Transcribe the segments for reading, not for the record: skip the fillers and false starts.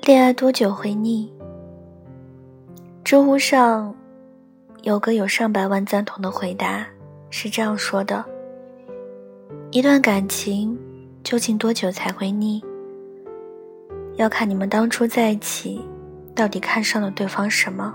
恋爱多久会腻？知乎上有个有上百万赞同的回答是这样说的：一段感情究竟多久才会腻？要看你们当初在一起到底看上了对方什么。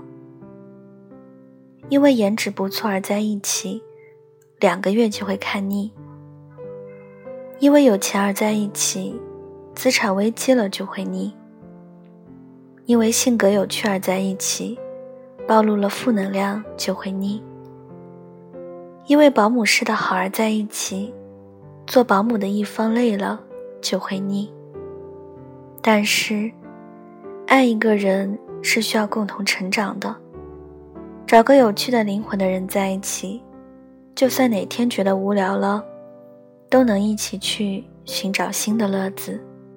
因为颜值不错而在一起，2个月就会看腻；因为有钱而在一起，资产危机了就会腻；因为性格有趣而在一起，暴露了负能量就会腻；因为保姆式的好而在一起，做保姆的一方累了就会腻。但是爱一个人是需要共同成长的，找个有趣的灵魂的人在一起，就算哪天觉得无聊了，都能一起去寻找新的乐子。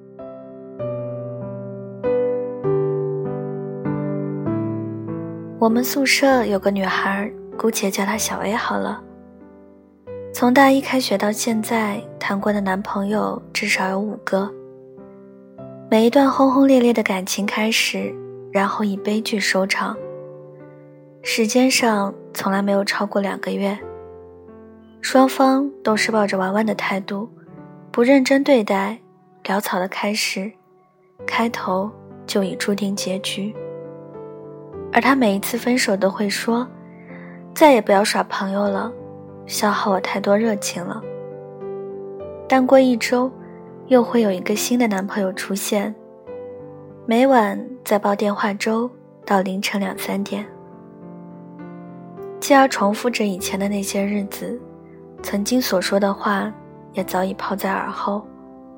我们宿舍有个女孩，姑且叫她小 A 好了。从大一开学到现在，谈过的男朋友至少有5个。每一段轰轰烈烈的感情开始，然后以悲剧收场。时间上从来没有超过2个月。双方都是抱着玩玩的态度，不认真对待，潦草的开始，开头就已注定结局。而他每一次分手都会说，再也不要耍朋友了，消耗我太多热情了。但过1周又会有一个新的男朋友出现，每晚在煲电话粥到凌晨2、3点。继而重复着以前的那些日子，曾经所说的话也早已抛在耳后。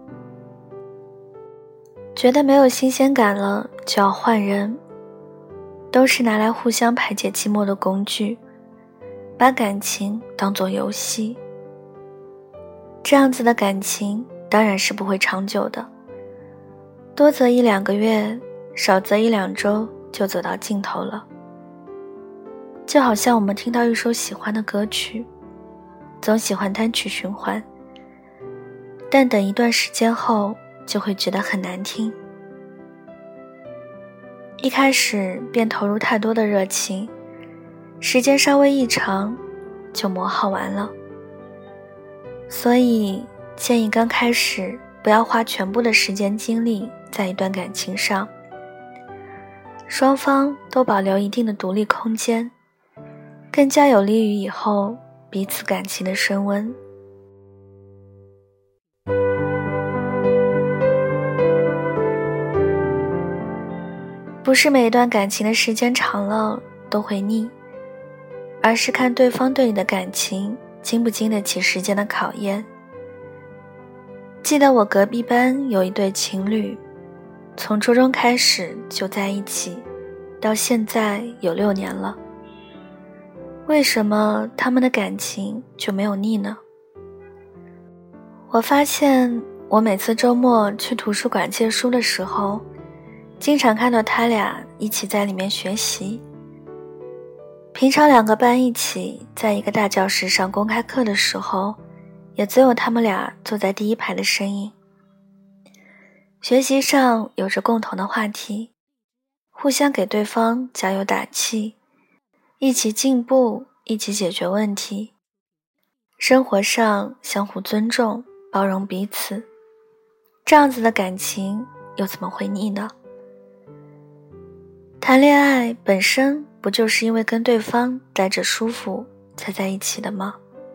觉得没有新鲜感了就要换人，都是拿来互相排解寂寞的工具，把感情当作游戏。这样子的感情当然是不会长久的，多则1、2个月，少则1、2周就走到尽头了。就好像我们听到一首喜欢的歌曲，总喜欢单曲循环，但等一段时间后就会觉得很难听。一开始便投入太多的热情，时间稍微一长就磨耗完了。所以建议刚开始不要花全部的时间精力在一段感情上，双方都保留一定的独立空间，更加有利于以后彼此感情的升温。不是每一段感情的时间长了都会腻，而是看对方对你的感情经不经得起时间的考验。记得我隔壁班有一对情侣，从初中开始就在一起，到现在有6年了。为什么他们的感情就没有腻呢？我发现我每次周末去图书馆借书的时候，经常看到他俩一起在里面学习。平常2个班一起在一个大教室上公开课的时候，也只有他们俩坐在第1排的身影。学习上有着共同的话题，互相给对方加油打气，一起进步，一起解决问题。生活上相互尊重，包容彼此。这样子的感情又怎么会腻呢？谈恋爱本身不就是因为跟对方待着舒服才在一起的吗？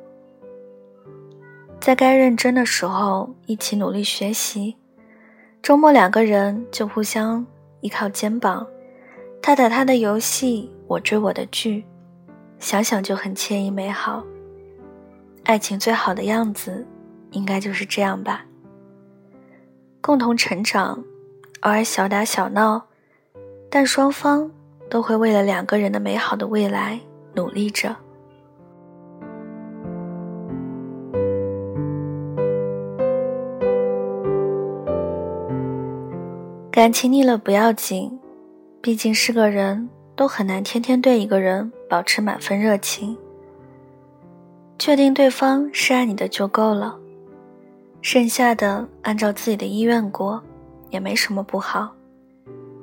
在该认真的时候一起努力学习，周末2个人就互相依靠肩膀，他打他的游戏，我追我的剧，想想就很惬意美好。爱情最好的样子应该就是这样吧，共同成长，偶尔小打小闹，但双方都会为了2个人的美好的未来努力着。感情腻了不要紧，毕竟是个人，都很难天天对一个人保持满分热情。确定对方是爱你的就够了，剩下的按照自己的意愿过，也没什么不好。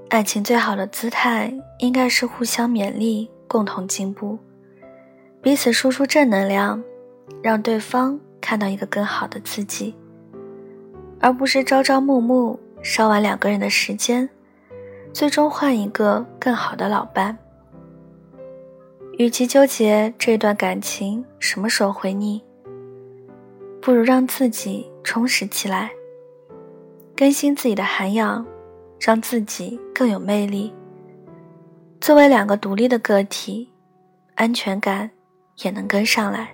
爱情最好的姿态应该是互相勉励，共同进步，彼此输出正能量，让对方看到一个更好的自己，而不是朝朝暮暮烧完2个人的时间，最终换一个更好的老伴。与其纠结这段感情什么时候会腻，不如让自己充实起来，更新自己的涵养，让自己更有魅力。作为2个独立的个体，安全感也能跟上来。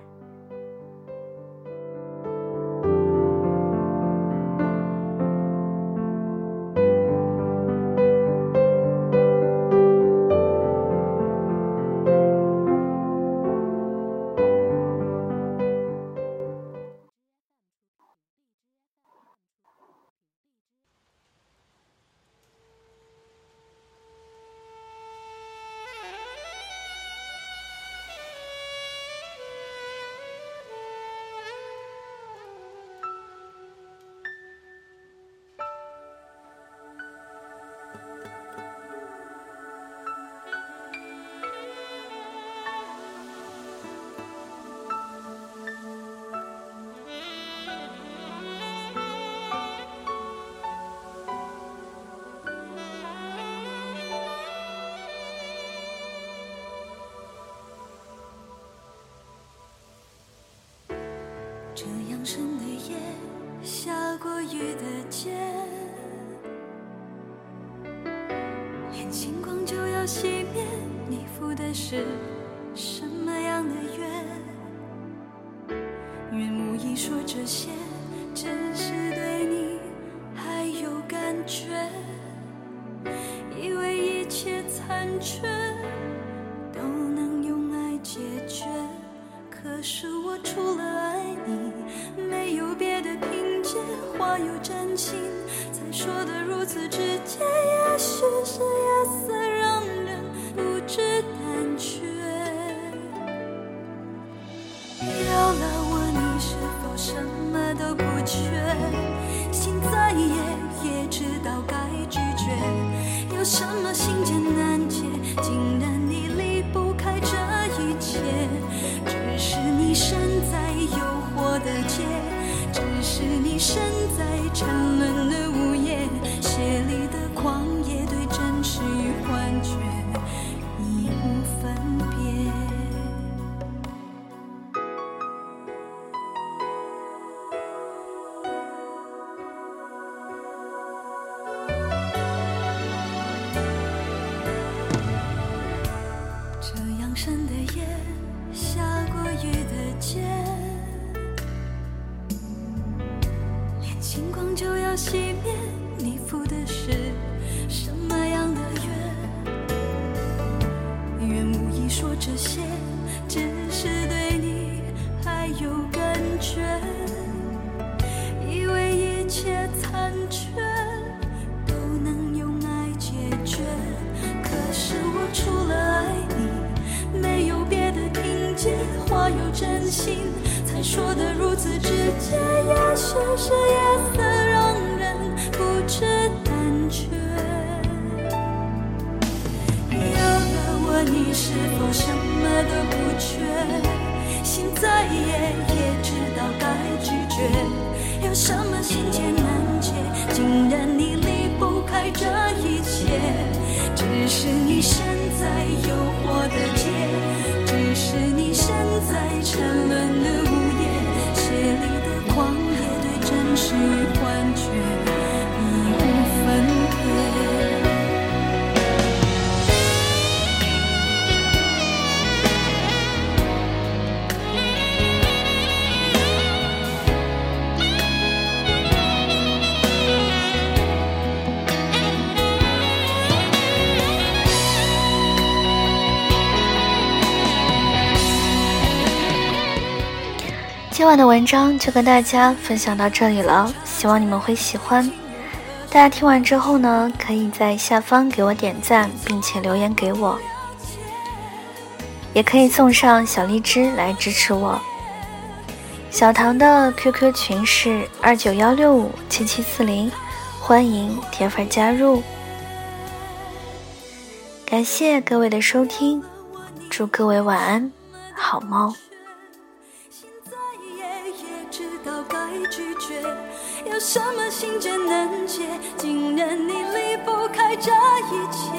这样深的夜，下过雨的街，连星光就要熄灭，你赴的是什么样的约？愿无意说这些，只是对你还有感觉，以为一切残缺都能用爱解决，可是我除了爱你没有别的凭借，话又真心才说得如此直接，也许是夜色让人不知胆怯，要了我你是否什么都不缺，心再野也知道该拒绝，有什么心结难解，竟然你离不开这一切，只是你身在诱惑的街，只是你身在沉沦的午夜，血里的狂野对真实与幻觉已无分别。这样深的夜，下过雨的街，连星光就要熄灭，你赴的是什么样的约？愿无意说这些，只是对你还有感觉，以为一切残缺都能用爱解决，可是我除了爱你没有别的凭借，话有真心才说得如此直接，也许是夜色让人不知胆怯，要了我你是否什么都不缺，心再野也知道该拒绝，有什么心结难解，竟然你离不开这一切，只是你身在诱惑的街，只是你身在沉沦的午夜，血里的狂野对真实与幻觉已无分别。 今晚的文章就跟大家分享到这里了，希望你们会喜欢。大家听完之后呢，可以在下方给我点赞，并且留言给我，也可以送上小荔枝来支持我。小唐的 QQ 群是291657740，欢迎铁粉加入。 感谢各位的收听，祝各位晚安，好梦。 现在也知道该拒绝，有什么心结难解，竟然你离不开这一切。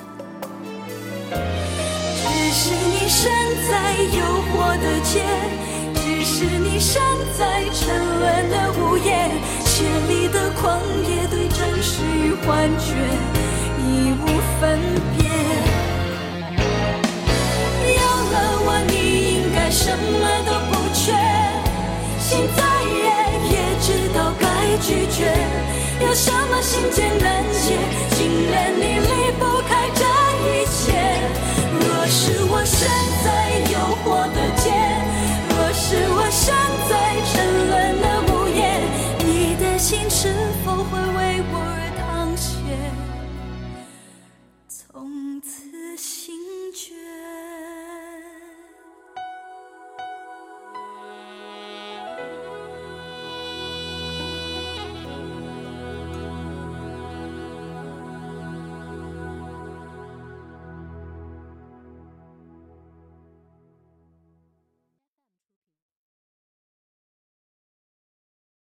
只是你身在诱惑的街，只是你身在沉沦的午夜，血里的狂野对真实与幻觉已无分别。有了我，你应该什么都不缺，现在也知道该拒绝，有什么心结难解，竟然你